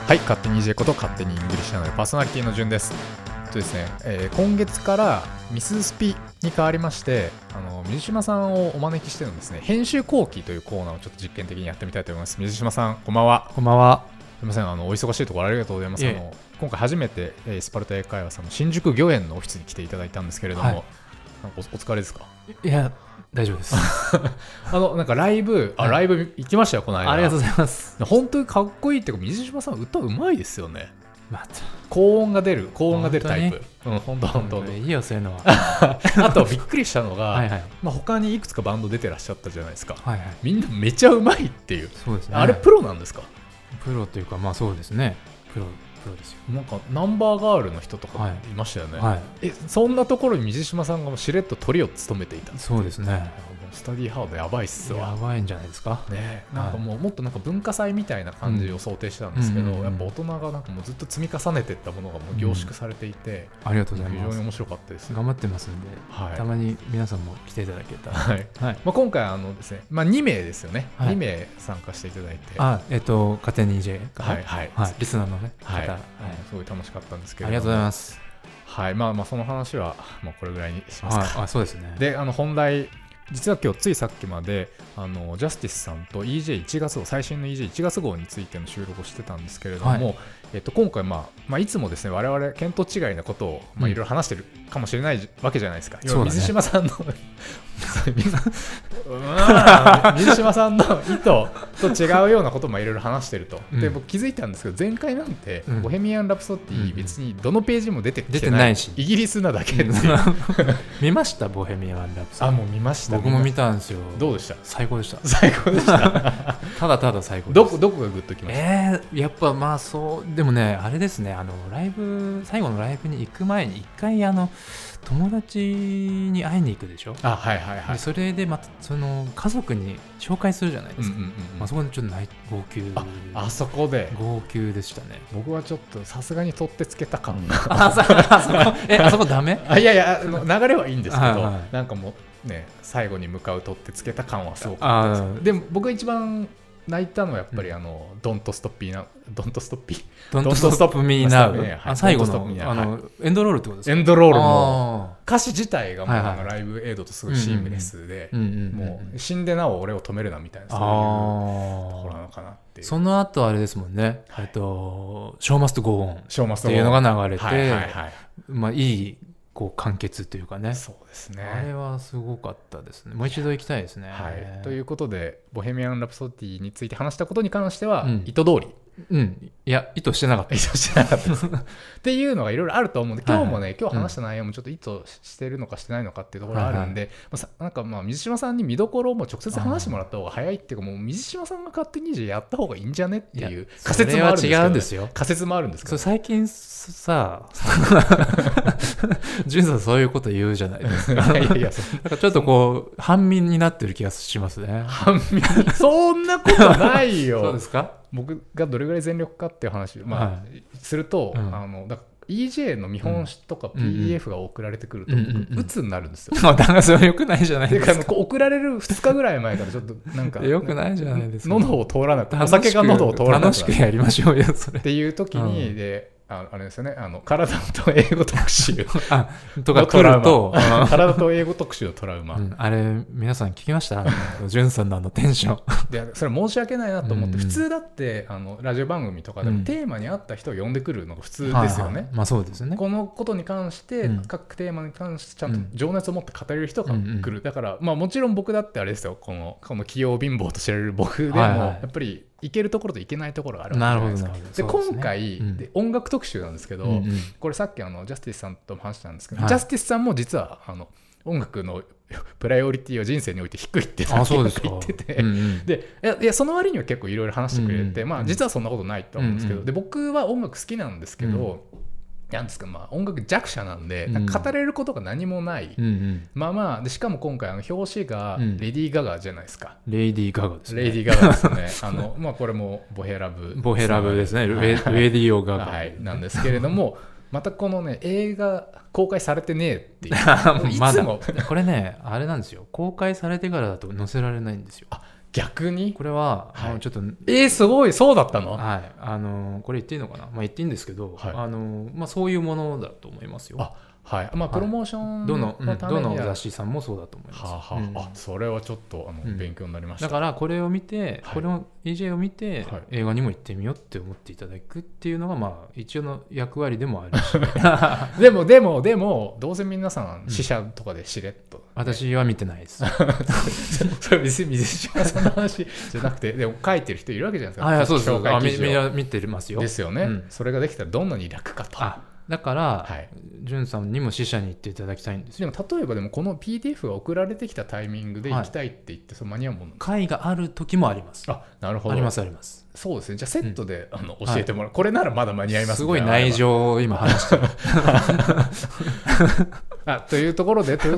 はい、勝手に EJ こと勝手にイングリッシュなのでパーソナリティの順です。ですね、今月からミススピに変わりまして、水島さんをお招きしてのですね、編集後期というコーナーをちょっと実験的にやってみたいと思います。水島さん、こんばんは。 こんばんは。 すみません、お忙しいところありがとうございます。今回初めてスパルタ英会話さんの新宿御苑のオフィスに来ていただいたんですけれども、はい、なんかお疲れですか？ いや、大丈夫ですなんかライブ行きましたよ、この間。 ありがとうございます。 本当にかっこいいっていうか、水島さん歌うまいですよね。 また高音が出るタイプ。本当いいよ、そういうのは。 あとびっくりしたのがはい、 他にいくつかバンド出てらっしゃったじゃないですか、 はいはい、 みんなめちゃうまいっていう。 そうですね、 あれプロなんですか？ プロというか、まあそうですね、プロですよ。 なんかナンバーガールの人とかいましたよね、 はい、 そんなところに水島さんがしれっとトリを務めていた。 そうですね。 スタディハードやばいっすわ。 やばいんじゃないですかね。なんかもっとなんか文化祭みたいな感じを想定してたんですけど、やっぱ大人がなんかもうずっと積み重ねていったものがもう凝縮されていて、 ありがとうございます。 非常に面白かったです。 頑張ってますんで、はい、たまに皆さんも来ていただけたら、 はいはい。今回ですね、2名ですよね、はい、2名参加していただいて、 勝手に EJ か、 はいはいはい、リスナーのね、 はい、すごい楽しかったんですけど、 ありがとうございます。 はい、その話はもうこれぐらいにしますか。 そうですね。 で、本題、実は今日ついさっきまでジャスティスさんと EJ1 月号、最新の EJ1 月号についての収録をしてたんですけれども、はい、今回いつもですね、我々見当違いなことをいろいろ話してるかもしれないわけじゃないですか。水島さんの水島さんの意図と違うようなこともいろいろ話してると。で、僕気づいたんですけど、前回なんてボヘミアン・ラプソディ別にどのページも出てないし、イギリスなだけ見ました？ボヘミアン・ラプソディ。 もう見ました。 僕も見たんですよ。 どうでした？ 最高でした。 最高でしたただただ最高です。 どこがグッときました？ やっぱでもね、あれですね、最後のライブに行く前に一回友達に会いに行くでしょ。でそれでその家族に紹介するじゃないですか。そこでちょっと号泣。 あそこで号泣でしたね。 僕はちょっとさすがに取ってつけた感があそこダメ？ いや流れはいいんですけど、なんかもうね、最後に向かう取ってつけた感はすごくあったんです。でも僕が一番泣いたのはやっぱりDon't Stop Me Now 最後のエンドロールってことですか？ エンドロールの歌詞自体がもうライブエイドとすごいシームレスで、もう死んでなお俺を止めるなみたいな、そういうところなのかなっていう。 その後あれですもんね、Show Must Go On っていうのが流れて、いい完結というかね。 そうですね。 あれはすごかったですね。もう一度行きたいですね。 はい。ということで、ボヘミアン・ラプソディについて話したことに関しては、意図通り。 いや、意図してなかった。 ですっていうのがいろいろあると思うんで、今日もね、今日話した内容もちょっと意図してるのかしてないのかっていうところがあるんで、なんか水島さんに見どころをも直接話してもらった方が早いっていうか、もう水島さんが勝手にやった方がいいんじゃねっていう仮説もあるんですけど、仮説もあるんですけど、 最近さジュンさんそういうこと言うじゃないですか。なんかちょっと半身になってる気がしますね。 半身そんなことないよ。 そうですか？ 僕がどれぐらい全力かっていう話を、すると、だから EJ の見本とか PDF が送られてくると僕鬱になるんですよ。 だからそれ良くないじゃないですか。 送られる2日ぐらい前からちょっとなんか良くないじゃないですか。 喉を通らなくて、お酒が喉を通らなくて、 楽しくやりましょうよそれっていう時に、であれですよね、体と英語特集とか来ると体と英語特集のトラウマ、 あれ皆さん聞きました？ジュンさんのテンションでそれ申し訳ないなと思って、普通だってラジオ番組とかでもテーマに合った人を呼んでくるのが普通ですよね。 そうですね。 このことに関して、各テーマに関してちゃんと情熱を持って語れる人が来る。だからもちろん僕だってあれですよ、この器用貧乏と知られる僕でもやっぱり行けるところと行けないところがあるわけじゃないですか。で今回で音楽特集なんですけど、これさっきジャスティスさんとも話したんですけど、ジャスティスさんも実は音楽のプライオリティを人生において低いって言ってて、でその割には結構いろいろ話してくれて、実はそんなことないと思うんですけど、で僕は音楽好きなんですけど、なんですか、音楽弱者なんで、語れることが何もない、でしかも今回表紙がレディー・ガガじゃないですか。 レイディー・ガガですね。 レイディー・ガガですね。これもボヘラブですね。レディー・オ・ガガ、 なんですけれども、またこのね、映画公開されてねえっていういつもこれね、あれなんですよ、公開されてからだと載せられないんですよ。 逆にこれは、はい、ちょっとすごい、そうだったの？ はい、これ言っていいのかな、まあ、言っていいんですけど、はい、まあ、そういうものだと思いますよ。 はい、まあプロモーションのためにどの雑誌さんもそうだと思います。 それはちょっと勉強になりました。 だからこれを見て、これを EJ を見て、映画にも行ってみようって思っていただくっていうのがまあ一応の役割でもあるしでもどうせ皆さん試写とかでしれっと、 私は見てないですそれ水島さんの話じゃなくて、でも書いてる人いるわけじゃないですか。 そうです見てますよ。 ですよね、それができたらどんなに楽かと。 だから、じゅんさんにも試写に行っていただきたいんですよ。 でも例えばでもこの PDF が送られてきたタイミングで行きたいって言って、その間に合うもの会がある時もあります。 なるほど。 ありますあります。 そうですね。じゃあセットで、教えてもらう、これならまだ間に合いますね。 すごい内情を今話してるというところでじゃあ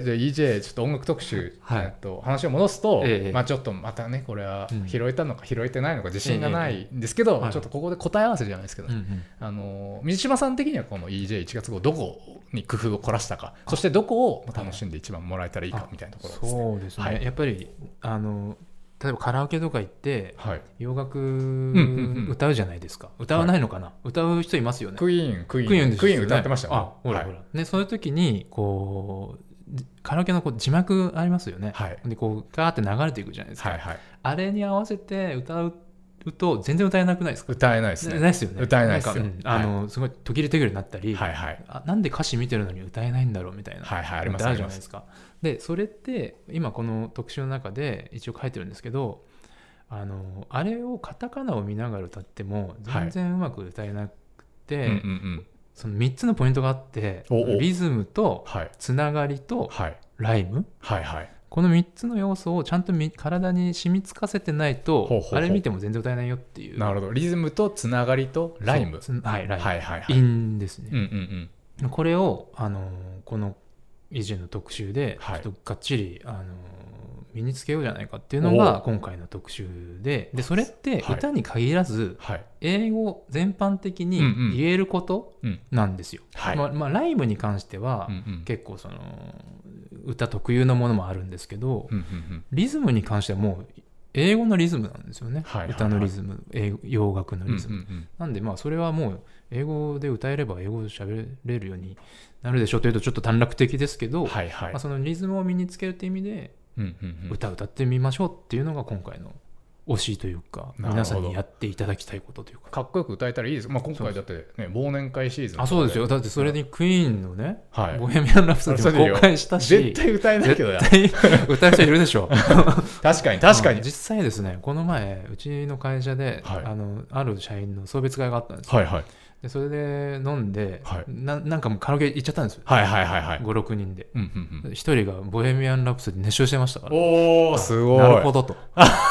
EJ ちょっと音楽特集、話を戻すと、まあちょっとまたね、これは拾えたのか拾えてないのか自信がないんですけど、ちょっとここで答え合わせじゃないですけど、水島さん的にはこの EJ1 月号どこに工夫を凝らしたか、そしてどこを楽しんで一番もらえたらいいかみたいなところですね。 そうですね、やっぱり例えばカラオケとか行って、洋楽歌うじゃないですか。歌わないのかな、歌う人いますよね。 クイーン歌ってましたよね。そういう時にこうカラオケの字幕ありますよね。でこうガーって流れていくじゃないですか。あれに合わせて歌うと全然歌えなくないですか？ 歌えないですね。 ないですよね。 歌えないですよ。 すごい途切れ途切れになったり、なんで歌詞見てるのに歌えないんだろうみたいな、 あるじゃないですか。 でそれって今この特集の中で一応書いてるんですけど、あれをカタカナを見ながら歌っても全然うまく歌えなくて、その3つのポイントがあって、リズムとつながりとライム、この3つの要素をちゃんと体に染みつかせてないと、あれ見ても全然歌えないよっていう。 なるほど。リズムとつながりとライム、 韻ですね。これをこの以前の特集でちょっとがっちり身につけようじゃないかっていうのが今回の特集で、それって歌に限らず英語全般的に言えることなんですよ。ライムに関しては結構その歌特有のものもあるんですけど、リズムに関してはもう英語のリズムなんですよね。歌のリズム、洋楽のリズムなんで、それはもう英語で歌えれば英語で喋れるようになるでしょうというとちょっと短絡的ですけど、そのリズムを身につけるという意味で歌ってみましょうっていうのが今回の推しというか、皆さんにやっていただきたいことというか。 かっこよく歌えたらいいです。今回だってね、忘年会シーズン。 そうですよ。だってそれにクイーンのね、ボヘミアン・ラプソディも公開したし、 絶対歌えないけどや。 絶対歌う人いるでしょ。 確かに。 実際ですね、この前うちの会社である社員の送別会があったんですよ。でそれで飲んで、なんかもうカラオケ行っちゃったんですよ。5、6人で。一人がボヘミアン・ラプソディ熱唱してましたから。 すごい。 なるほどと。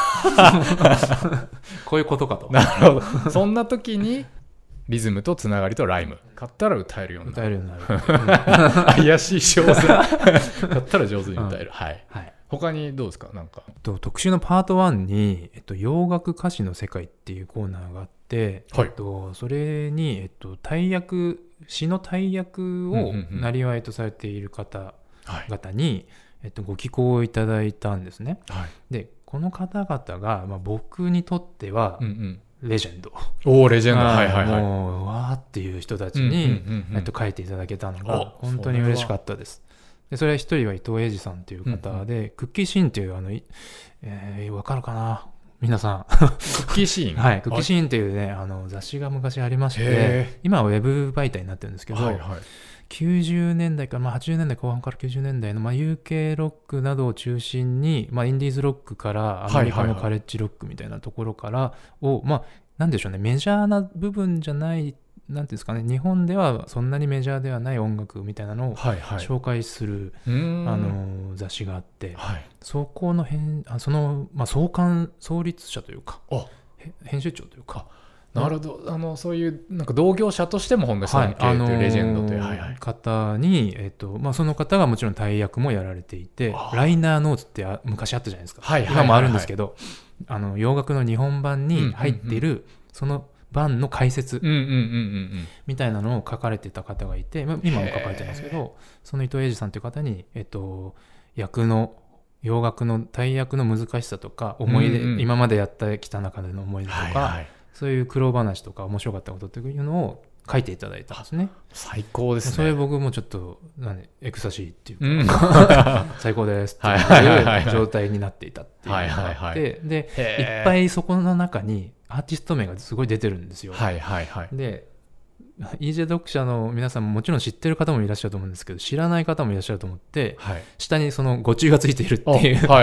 こういうことかと。 なるほど。そんな時にリズムとつながりとライム買ったら歌えるようになる。怪しい上手。買ったら上手に歌える。他にどうですか？なんか特集のパート1に、洋楽歌詞の世界っていうコーナーがあって、それに、詩の大役をなりわいとされている方々に、ご寄稿をいただいたんですね。でこの方々が、僕にとっては、レジェンド。 レジェンド。 もうわーっていう人たちに書いていただけたのが本当に嬉しかったです。でそれは一人は伊藤英二さんという方で、クッキーシーンというわかるかな皆さん。 クッキーシーンクッキーシーンというね雑誌が昔ありまして、今はウェブ媒体になってるんですけど、90年代から、80年代後半から90年代の、UK ロックなどを中心に、インディーズロックからアメリカのカレッジロックみたいなところからを、なんでしょうね、メジャーな部分じゃないなんていうんですかね、日本ではそんなにメジャーではない音楽みたいなのを紹介する、雑誌があって、そこの創立者というか編集長というか、 なるほど、そういうなんか同業者としても本田さんというレジェンドという、 方に、その方がもちろん大役もやられていて、ライナーノーツって昔あったじゃないですか、今もあるんですけど、洋楽の日本版に入っているその版の解説みたいなのを書かれてた方がいて、今も書かれてますけど、その伊藤英二さんという方に、役の洋楽の大役の難しさとか思い出、今までやってきた中での思い出とか、そういう苦労話とか面白かったことっていうのを書いていただいたんですね。 最高ですね。 それ僕もちょっとエクサシーっていうか、最高ですっていう状態になっていたっていうのがあって、でいっぱいそこの中にアーティスト名がすごい出てるんですよ。でEJ 読者の皆さんももちろん知ってる方もいらっしゃると思うんですけど、知らない方もいらっしゃると思って、下にそのご注がついているっていう例えば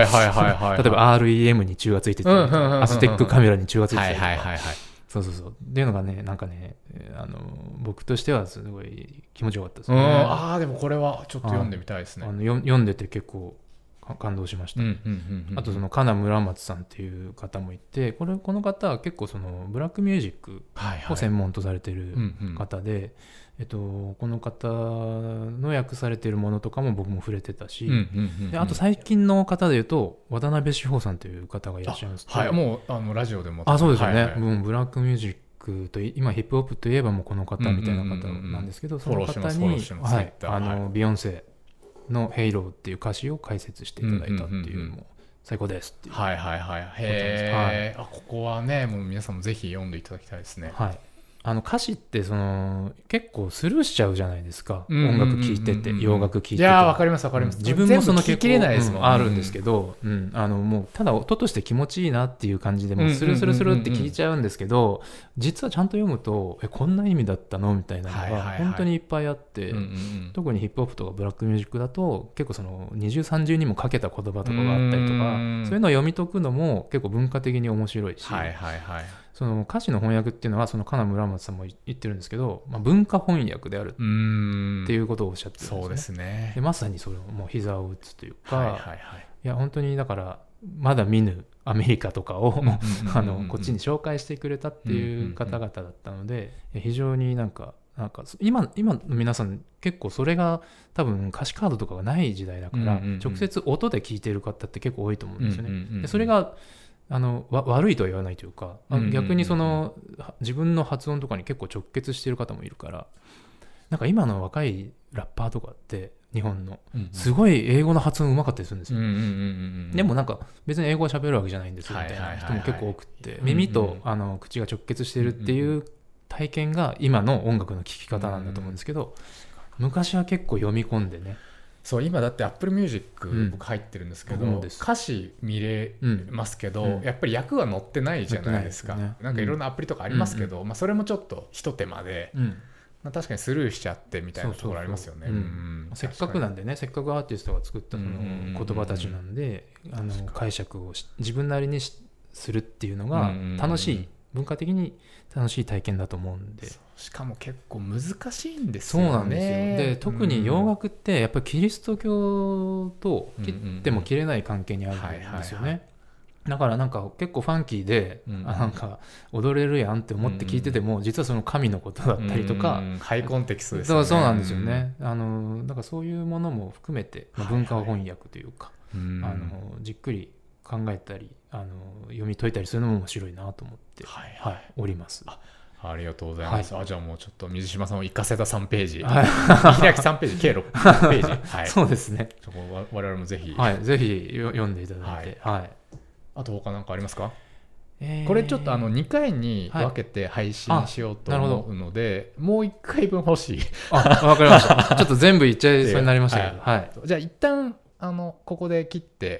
REM に注がついてたりとか、アステックカメラに注がついてたりとか、そうっていうのがね、なんかね、僕としてはすごい気持ちよかったですね。 でもこれはちょっと読んでみたいですね。 読んでて結構感動しました。あとその金村松さんっていう方もいて、この方は結構そのブラックミュージックを専門とされている方で、この方の訳されているものとかも僕も触れてたし、であと最近の方でいうと渡辺志保さんという方がいらっしゃいます。 もうラジオでもそうですよね。ブラックミュージックと今ヒップホップといえばもうこの方みたいな方なんですけど、その方にビヨンセのヘイローっていう歌詞を解説していただいたっていうのも最高ですっていう。 ここはね、もう皆さんもぜひ読んでいただきたいですね。 歌詞って結構スルーしちゃうじゃないですか、音楽聴いてて、洋楽聴いてて。 いや、わかりますわかります。 自分もその聞ききれないですもん。 あるんですけど、もうただ音として気持ちいいなっていう感じでもうスルスルスルって聞いちゃうんですけど、実はちゃんと読むとこんな意味だったのみたいなのが本当にいっぱいあって、特にヒップホップとかブラックミュージックだと結構その二重三重にもかけた言葉とかがあったりとか、そういうのを読み解くのも結構文化的に面白いし、その歌詞の翻訳っていうのはその金村松さんも言ってるんですけど、文化翻訳であるっていうことをおっしゃってるんですね。 そうですね。 でまさにそれをもう膝を打つというか、いや本当にだからまだ見ぬアメリカとかをこっちに紹介してくれたっていう方々だったので、非常になんか今の皆さん結構それが多分歌詞カードとかがない時代だから、直接音で聞いてる方って結構多いと思うんですよね。でそれが悪いとは言わないというか、逆にその自分の発音とかに結構直結している方もいるから、なんか今の若いラッパーとかって日本のすごい英語の発音うまかったりするんですよ。でもなんか別に英語は喋るわけじゃないんですよみたいな人も結構多くって、耳と口が直結してるっていう体験が今の音楽の聴き方なんだと思うんですけど、昔は結構読み込んでね。 そう、今だって Apple Music 僕入ってるんですけど、歌詞見れますけど、やっぱり訳は載ってないじゃないですか。なんかいろんなアプリとかありますけど、それもちょっと一手間で、確かにスルーしちゃってみたいなところありますよね。 せっかくなんでね、せっかくアーティストが作ったその言葉たちなんで、解釈を自分なりにするっていうのが楽しい、文化的に楽しい体験だと思うんで。 しかも結構難しいんですよね。 そうなんですよ。で特に洋楽ってやっぱりキリスト教と切っても切れない関係にあるんですよね。だからなんか結構ファンキーで、なんか踊れるやんって思って聞いてても、実はその神のことだったりとか、 ハイコンテキストですよね。 そうなんですよね。だからそういうものも含めて、文化翻訳というか、じっくり考えたり読み解いたりするのも面白いなと思っております。 ありがとうございます。じゃあもうちょっと水島さんを生かせた3ページ、見開き3ページ計6ページ、 そうですね。 我々もぜひ、 ぜひ読んでいただいて、 あと他何かありますか？これちょっと2回に分けて配信しようと思うので、もう1回分欲しい。 わかりました。ちょっと全部いっちゃいそうになりましたけど、 じゃあ一旦ここで切って、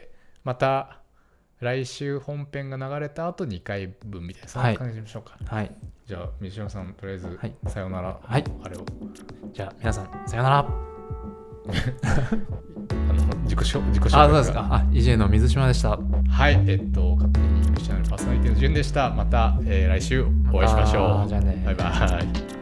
また来週本編が流れた後2回分みたいな、そんな感じにしましょうか。じゃあ水島さん、とりあえず、さようなら、あれを。 じゃあ皆さんさようなら。 自己紹介。 そうですか。EJ の水島でした。 勝手にイングリッシュチャンネルパーソナリティの順でした。また、来週お会いしましょう。 じゃあね。 バイバイ。